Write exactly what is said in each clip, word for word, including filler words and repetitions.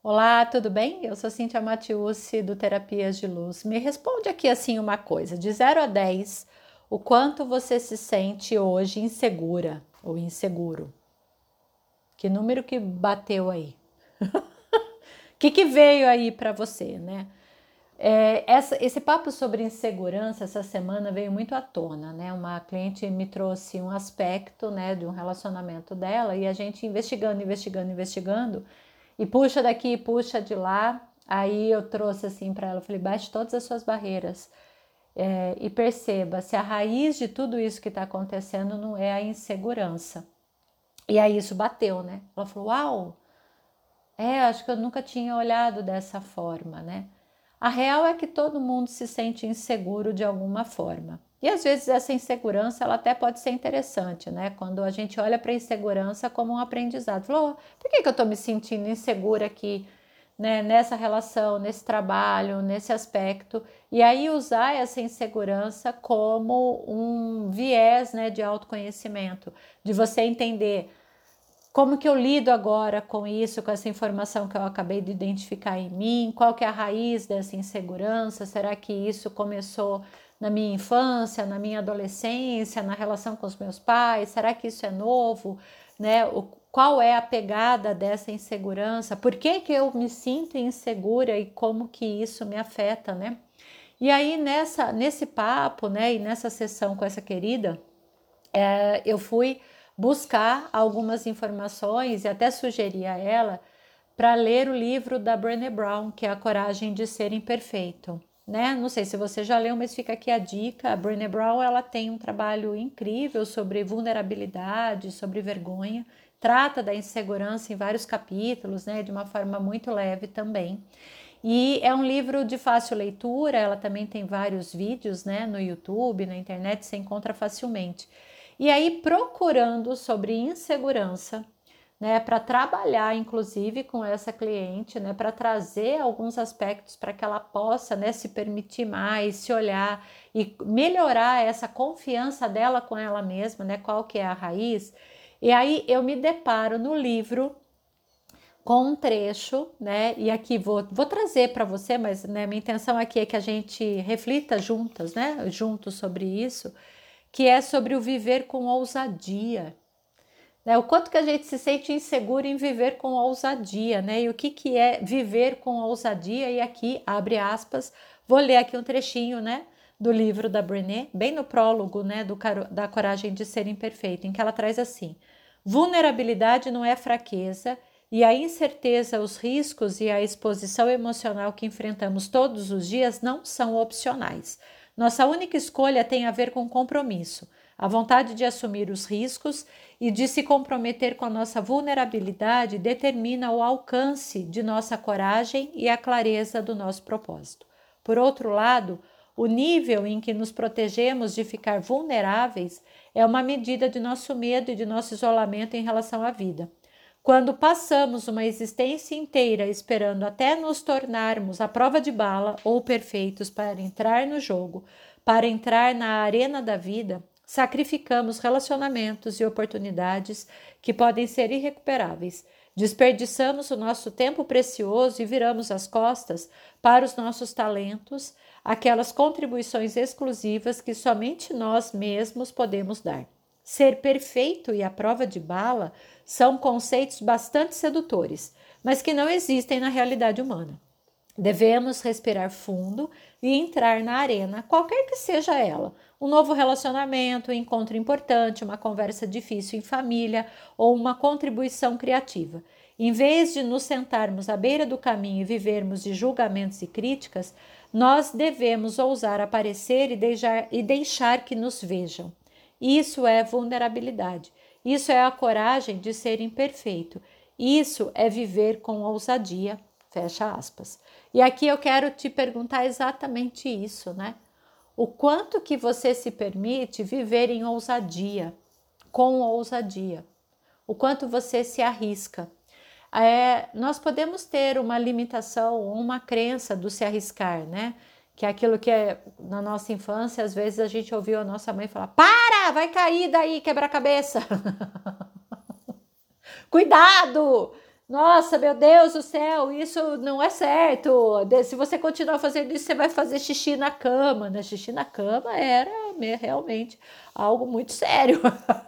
Olá, tudo bem? Eu sou Cíntia Matiusi do Terapias de Luz. Me responde aqui assim uma coisa, de zero a dez, o quanto você se sente hoje insegura ou inseguro? Que número que bateu aí? O que, que veio aí para você, né? É, essa, esse papo sobre insegurança essa semana veio muito à tona, né? Uma cliente me trouxe um aspecto, né, de um relacionamento dela e a gente investigando, investigando, investigando e puxa daqui, puxa de lá. Aí eu trouxe assim para ela, eu falei, baixe todas as suas barreiras é, e perceba se a raiz de tudo isso que está acontecendo não é a insegurança. E aí isso bateu, né? Ela falou, uau, é, acho que eu nunca tinha olhado dessa forma, né? A real é que todo mundo se sente inseguro de alguma forma. E às vezes essa insegurança ela até pode ser interessante, né? Quando a gente olha para a insegurança como um aprendizado. Falou, oh, por que, que eu estou me sentindo insegura aqui, né? Nessa relação, nesse trabalho, nesse aspecto? E aí usar essa insegurança como um viés, né, de autoconhecimento, de você entender como que eu lido agora com isso, com essa informação que eu acabei de identificar em mim? Qual que é a raiz dessa insegurança? Será que isso começou na minha infância, na minha adolescência, na relação com os meus pais? Será que isso é novo? Né? O, qual é a pegada dessa insegurança? Por que que eu me sinto insegura e como que isso me afeta, né? E aí nessa, nesse papo, né, e nessa sessão com essa querida, é, eu fui buscar algumas informações e até sugeri a ela para ler o livro da Brené Brown, que é A Coragem de Ser Imperfeito. Né? Não sei se você já leu, mas fica aqui a dica. A Brené Brown ela tem um trabalho incrível sobre vulnerabilidade, sobre vergonha, trata da insegurança em vários capítulos, né? De uma forma muito leve também. E é um livro de fácil leitura, ela também tem vários vídeos, né, no YouTube, na internet, você encontra facilmente. E aí, procurando sobre insegurança, né, para trabalhar, inclusive, com essa cliente, né, para trazer alguns aspectos para que ela possa, né, se permitir mais, se olhar e melhorar essa confiança dela com ela mesma, né, qual que é a raiz. E aí eu me deparo no livro com um trecho, né? E aqui vou, vou trazer para você, mas né, minha intenção aqui é que a gente reflita juntas, né? Juntos sobre isso, que é sobre o viver com ousadia. Né? O quanto que a gente se sente inseguro em viver com ousadia, né? E o que, que é viver com ousadia? E aqui, abre aspas, vou ler aqui um trechinho, né? Do livro da Brené, bem no prólogo, né? Do, da Coragem de Ser Imperfeito, em que ela traz assim: vulnerabilidade não é fraqueza, e a incerteza, os riscos e a exposição emocional que enfrentamos todos os dias não são opcionais. Nossa única escolha tem a ver com compromisso, a vontade de assumir os riscos e de se comprometer com a nossa vulnerabilidade determina o alcance de nossa coragem e a clareza do nosso propósito. Por outro lado, o nível em que nos protegemos de ficar vulneráveis é uma medida de nosso medo e de nosso isolamento em relação à vida. Quando passamos uma existência inteira esperando até nos tornarmos à prova de bala ou perfeitos para entrar no jogo, para entrar na arena da vida, sacrificamos relacionamentos e oportunidades que podem ser irrecuperáveis. Desperdiçamos o nosso tempo precioso e viramos as costas para os nossos talentos, aquelas contribuições exclusivas que somente nós mesmos podemos dar. Ser perfeito e a prova de bala são conceitos bastante sedutores, mas que não existem na realidade humana. Devemos respirar fundo e entrar na arena, qualquer que seja ela. Um novo relacionamento, um encontro importante, uma conversa difícil em família ou uma contribuição criativa. Em vez de nos sentarmos à beira do caminho e vivermos de julgamentos e críticas, nós devemos ousar aparecer e deixar, e deixar que nos vejam. Isso é vulnerabilidade. Isso é a coragem de ser imperfeito. Isso é viver com ousadia. Fecha aspas. E aqui eu quero te perguntar exatamente isso, né? O quanto que você se permite viver em ousadia, com ousadia. O quanto você se arrisca. É, nós podemos ter uma limitação, uma crença do se arriscar, né? Que é aquilo que é, na nossa infância, às vezes a gente ouviu a nossa mãe falar: para, vai cair daí, quebra a cabeça. Cuidado! Nossa, meu Deus do céu, isso não é certo. Se você continuar fazendo isso, você vai fazer xixi na cama, né? Xixi na cama era realmente algo muito sério.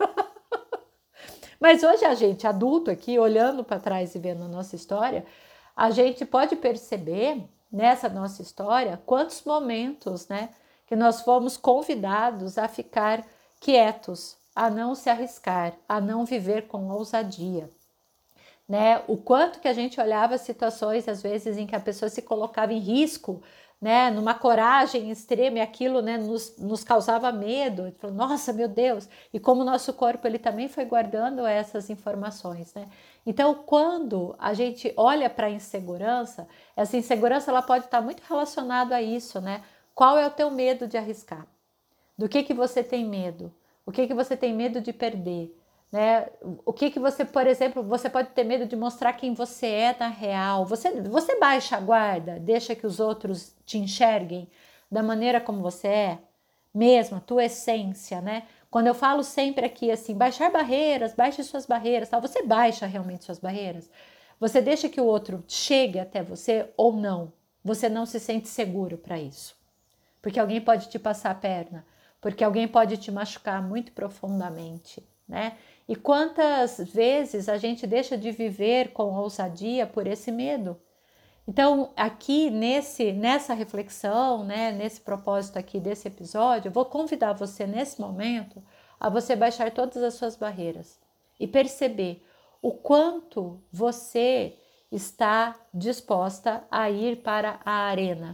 Mas hoje a gente, adulto aqui, olhando para trás e vendo a nossa história, a gente pode perceber nessa nossa história quantos momentos, né, que nós fomos convidados a ficar quietos, a não se arriscar, a não viver com ousadia. Né? O quanto que a gente olhava situações, às vezes, em que a pessoa se colocava em risco, né? Numa coragem extrema, e aquilo, né, nos, nos causava medo. Nossa, meu Deus! E como o nosso corpo ele também foi guardando essas informações. Né? Então, quando a gente olha para a insegurança, essa insegurança ela pode estar muito relacionada a isso. Né? Qual é o teu medo de arriscar? Do que, que você tem medo? O que, que você tem medo de perder? Né? O que que você, por exemplo, você pode ter medo de mostrar quem você é na real. Você, você baixa a guarda, deixa que os outros te enxerguem da maneira como você é, mesmo, a tua essência, né? Quando eu falo sempre aqui assim, baixar barreiras, baixe suas barreiras, tal, você baixa realmente suas barreiras? Você deixa que o outro chegue até você ou não? Você não se sente seguro para isso? Porque alguém pode te passar a perna, porque alguém pode te machucar muito profundamente, né? E quantas vezes a gente deixa de viver com ousadia por esse medo? Então, aqui nesse, nessa reflexão, né, nesse propósito aqui desse episódio, eu vou convidar você nesse momento a você baixar todas as suas barreiras e perceber o quanto você está disposta a ir para a arena.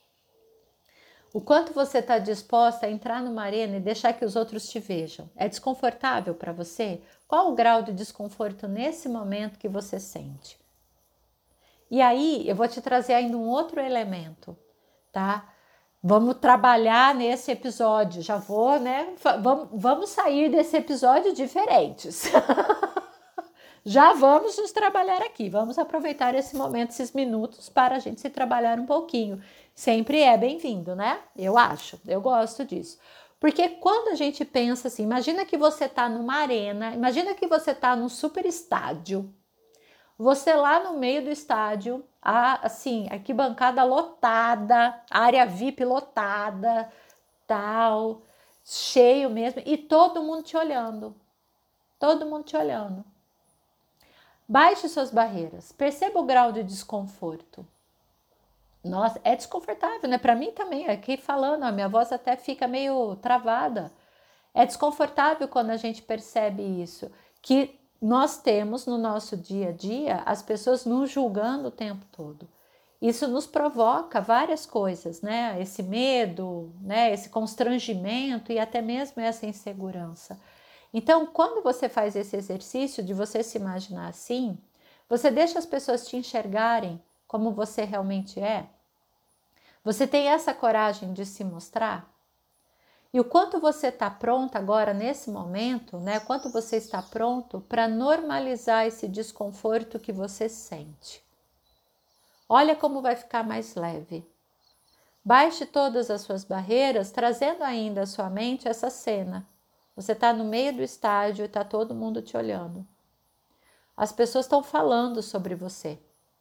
O quanto você está disposta a entrar numa arena e deixar que os outros te vejam? É desconfortável para você? Qual o grau de desconforto nesse momento que você sente? E aí, eu vou te trazer ainda um outro elemento, tá? Vamos trabalhar nesse episódio. Já vou, né? Vamos, vamos sair desse episódio diferentes. Já vamos nos trabalhar aqui. Vamos aproveitar esse momento, esses minutos, para a gente se trabalhar um pouquinho. Sempre é bem-vindo, né? Eu acho, eu gosto disso. Porque quando a gente pensa assim, imagina que você está numa arena, imagina que você está num super estádio. Você lá no meio do estádio, assim, arquibancada lotada, área V I P lotada, tal, cheio mesmo, e todo mundo te olhando. Todo mundo te olhando. Baixe suas barreiras, perceba o grau de desconforto. Nossa, é desconfortável, né? Para mim também, aqui falando, a minha voz até fica meio travada. É desconfortável quando a gente percebe isso, que nós temos no nosso dia a dia as pessoas nos julgando o tempo todo. Isso nos provoca várias coisas, né? Esse medo, né? Esse constrangimento e até mesmo essa insegurança. Então, quando você faz esse exercício de você se imaginar assim, você deixa as pessoas te enxergarem como você realmente é? Você tem essa coragem de se mostrar? E o quanto você está pronto agora, nesse momento, né? Quanto você está pronto para normalizar esse desconforto que você sente? Olha como vai ficar mais leve. Baixe todas as suas barreiras, trazendo ainda à sua mente essa cena. Você está no meio do estádio e está todo mundo te olhando. As pessoas estão falando sobre você.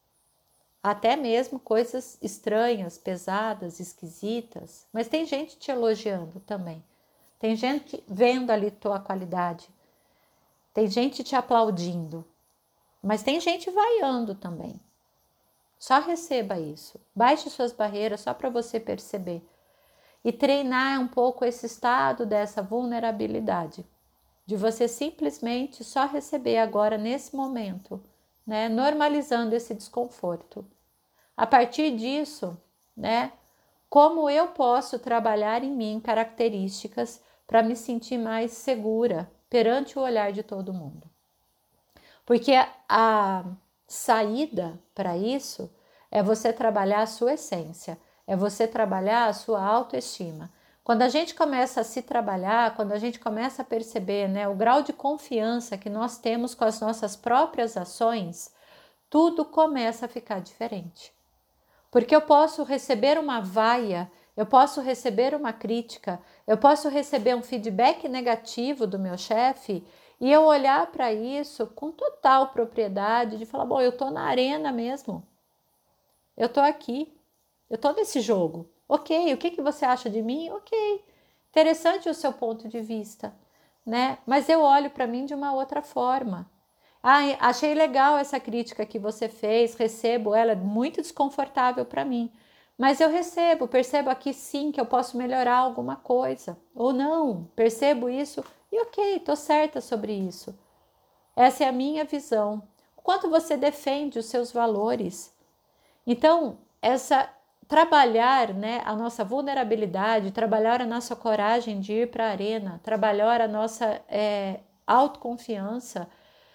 Até mesmo coisas estranhas, pesadas, esquisitas. Mas tem gente te elogiando também. Tem gente vendo ali tua qualidade. Tem gente te aplaudindo. Mas tem gente vaiando também. Só receba isso. Baixe suas barreiras só para você perceber. E treinar um pouco esse estado dessa vulnerabilidade. De você simplesmente só receber agora nesse momento, né? Normalizando esse desconforto. A partir disso, né? Como eu posso trabalhar em mim características para me sentir mais segura perante o olhar de todo mundo. Porque a, a saída para isso é você trabalhar a sua essência, é você trabalhar a sua autoestima. Quando a gente começa a se trabalhar, quando a gente começa a perceber, né, o grau de confiança que nós temos com as nossas próprias ações, tudo começa a ficar diferente. Porque eu posso receber uma vaia, eu posso receber uma crítica, eu posso receber um feedback negativo do meu chefe E eu olhar para isso com total propriedade, de falar, bom, eu tô na arena mesmo. Eu tô aqui. Eu tô nesse jogo. Ok, o que, que você acha de mim? Ok. Interessante o seu ponto de vista, né? Mas eu olho para mim de uma outra forma. Ah, achei legal essa crítica que você fez, recebo ela, é muito desconfortável para mim. Mas eu recebo, percebo aqui sim que eu posso melhorar alguma coisa. Ou não, percebo isso e ok, estou certa sobre isso. Essa é a minha visão. O quanto você defende os seus valores. Então, essa trabalhar, né, a nossa vulnerabilidade, trabalhar a nossa coragem de ir para a arena, trabalhar a nossa é, autoconfiança,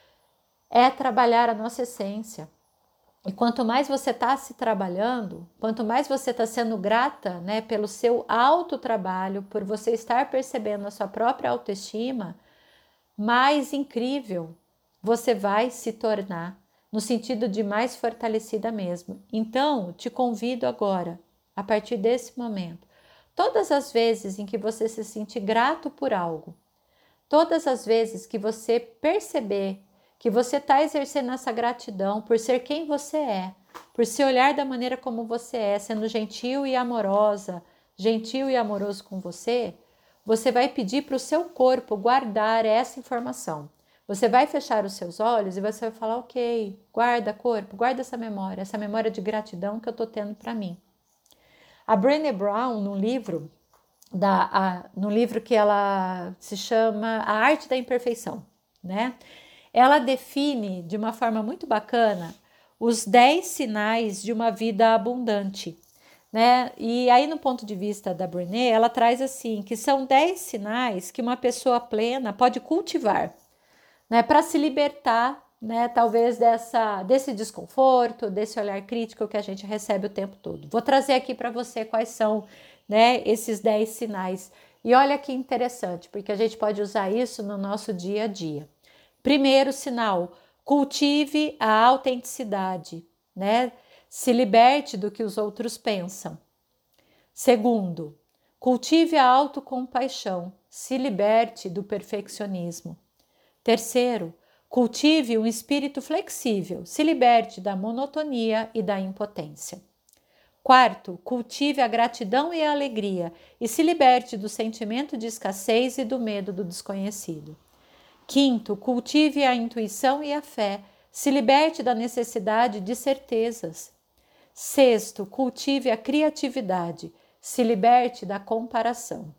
é trabalhar a nossa essência. E quanto mais você está se trabalhando, quanto mais você está sendo grata, né, pelo seu autotrabalho, por você estar percebendo a sua própria autoestima, mais incrível você vai se tornar, no sentido de mais fortalecida mesmo. Então, te convido agora, a partir desse momento, todas as vezes em que você se sentir grato por algo, todas as vezes que você perceber que você está exercendo essa gratidão por ser quem você é, por se olhar da maneira como você é, sendo gentil e amorosa, gentil e amoroso com você, você vai pedir para o seu corpo guardar essa informação. Você vai fechar os seus olhos e você vai falar, ok, guarda corpo, guarda essa memória, essa memória de gratidão que eu estou tendo para mim. A Brené Brown, no livro, da, a, no livro que ela se chama A Arte da Imperfeição, né? Ela define de uma forma muito bacana os dez sinais de uma vida abundante, né? E aí, no ponto de vista da Brené, ela traz assim, que são dez sinais que uma pessoa plena pode cultivar, né? Para se libertar, né? Talvez dessa, desse desconforto, desse olhar crítico que a gente recebe o tempo todo. Vou trazer aqui para você quais são, né, esses dez sinais. E olha que interessante, porque a gente pode usar isso no nosso dia a dia. Primeiro sinal, cultive a autenticidade, né? Se liberte do que os outros pensam. Segundo, cultive a autocompaixão, se liberte do perfeccionismo. Terceiro, cultive um espírito flexível, se liberte da monotonia e da impotência. Quarto, cultive a gratidão e a alegria e se liberte do sentimento de escassez e do medo do desconhecido. Quinto, cultive a intuição e a fé, se liberte da necessidade de certezas. Sexto, cultive a criatividade, se liberte da comparação.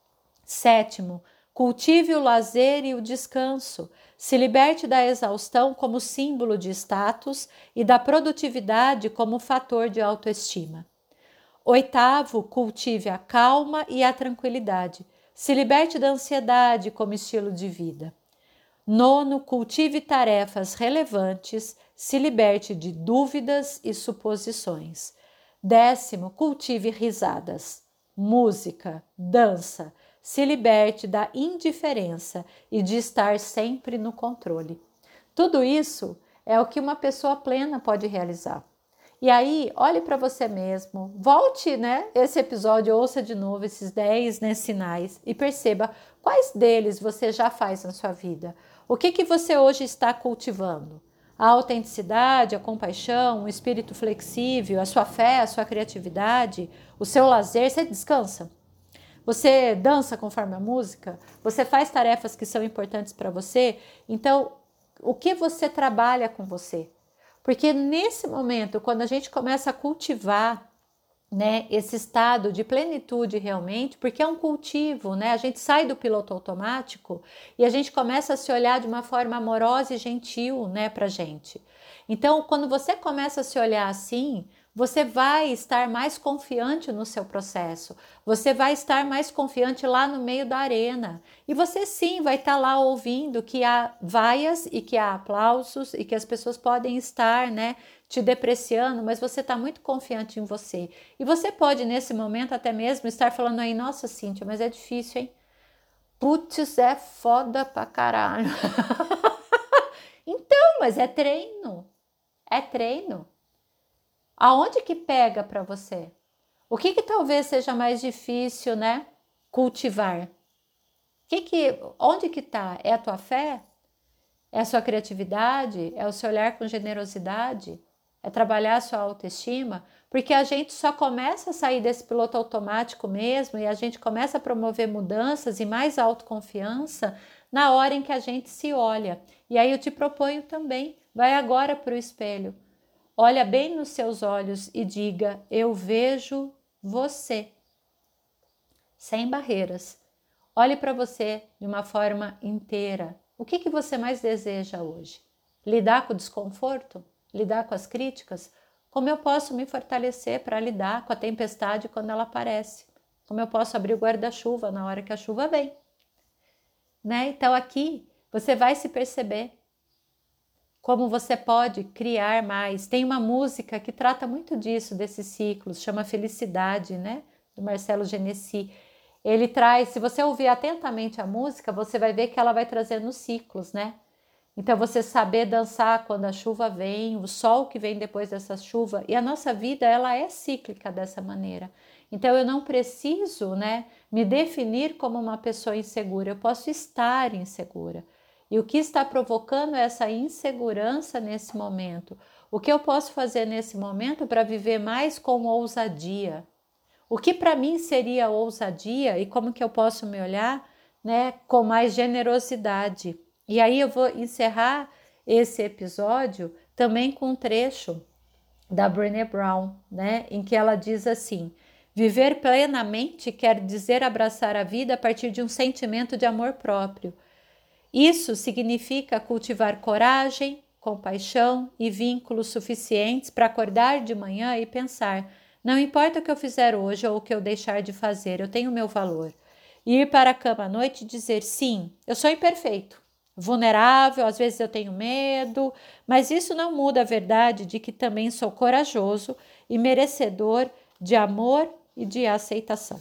Sétimo, cultive o lazer e o descanso, se liberte da exaustão como símbolo de status e da produtividade como fator de autoestima. Oitavo, cultive a calma e a tranquilidade, se liberte da ansiedade como estilo de vida. Nono, cultive tarefas relevantes, se liberte de dúvidas e suposições. Décimo, cultive risadas, música, dança, se liberte da indiferença e de estar sempre no controle. Tudo isso é o que uma pessoa plena pode realizar. E aí, olhe para você mesmo, volte, né, esse episódio, ouça de novo esses dez, né, sinais e perceba quais deles você já faz na sua vida. O que, que você hoje está cultivando? A autenticidade, a compaixão, o espírito flexível, a sua fé, a sua criatividade, o seu lazer, você descansa? Você dança conforme a música? Você faz tarefas que são importantes para você? Então, o que você trabalha com você? Porque nesse momento, quando a gente começa a cultivar, né, esse estado de plenitude realmente, porque é um cultivo, né? A gente sai do piloto automático e a gente começa a se olhar de uma forma amorosa e gentil, né, pra gente. Então, quando você começa a se olhar assim, você vai estar mais confiante no seu processo, você vai estar mais confiante lá no meio da arena. E você sim vai estar lá ouvindo que há vaias e que há aplausos e que as pessoas podem estar, né, te depreciando, mas você está muito confiante em você. E você pode, nesse momento, até mesmo estar falando aí, nossa, Cíntia, mas é difícil, hein? Putz, é foda pra caralho. Então, mas é treino. É treino. Aonde que pega para você? O que que talvez seja mais difícil, né? Cultivar. Que que, onde que tá? É a tua fé? É a sua criatividade? É o seu olhar com generosidade? É trabalhar a sua autoestima? Porque a gente só começa a sair desse piloto automático mesmo e a gente começa a promover mudanças e mais autoconfiança na hora em que a gente se olha. E aí eu te proponho também, vai agora para o espelho. Olha bem nos seus olhos e diga, eu vejo você. Sem barreiras. Olhe para você de uma forma inteira. O que, que você mais deseja hoje? Lidar com o desconforto? Lidar com as críticas? Como eu posso me fortalecer para lidar com a tempestade quando ela aparece? Como eu posso abrir o guarda-chuva na hora que a chuva vem? Né? Então aqui você vai se perceber como você pode criar mais. Tem uma música que trata muito disso, desses ciclos, chama Felicidade, né? Do Marcelo Genesi. Ele traz, se você ouvir atentamente a música, você vai ver que ela vai trazendo ciclos, né? Então você saber dançar quando a chuva vem, o sol que vem depois dessa chuva, e a nossa vida ela é cíclica dessa maneira. Então eu não preciso, né, me definir como uma pessoa insegura, eu posso estar insegura. E o que está provocando essa insegurança nesse momento? O que eu posso fazer nesse momento para viver mais com ousadia? O que para mim seria ousadia e como que eu posso me olhar, né, com mais generosidade? E aí eu vou encerrar esse episódio também com um trecho da Brené Brown, né, em que ela diz assim: viver plenamente quer dizer abraçar a vida a partir de um sentimento de amor próprio. Isso significa cultivar coragem, compaixão e vínculos suficientes para acordar de manhã e pensar: não importa o que eu fizer hoje ou o que eu deixar de fazer, eu tenho meu valor. E ir para a cama à noite e dizer: sim, eu sou imperfeito, vulnerável, às vezes eu tenho medo, mas isso não muda a verdade de que também sou corajoso e merecedor de amor e de aceitação.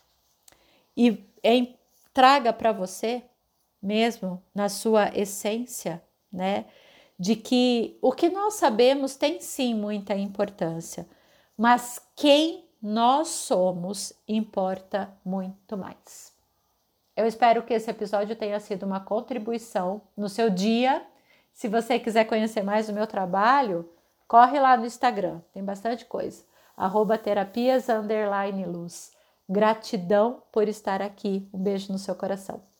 E em, traga para você mesmo na sua essência, né, de que o que nós sabemos tem sim muita importância, mas quem nós somos importa muito mais. Eu espero que esse episódio tenha sido uma contribuição no seu dia. Se você quiser conhecer mais do meu trabalho, corre lá no Instagram, tem bastante coisa. arroba terapias underline luz. Gratidão por estar aqui. Um beijo no seu coração.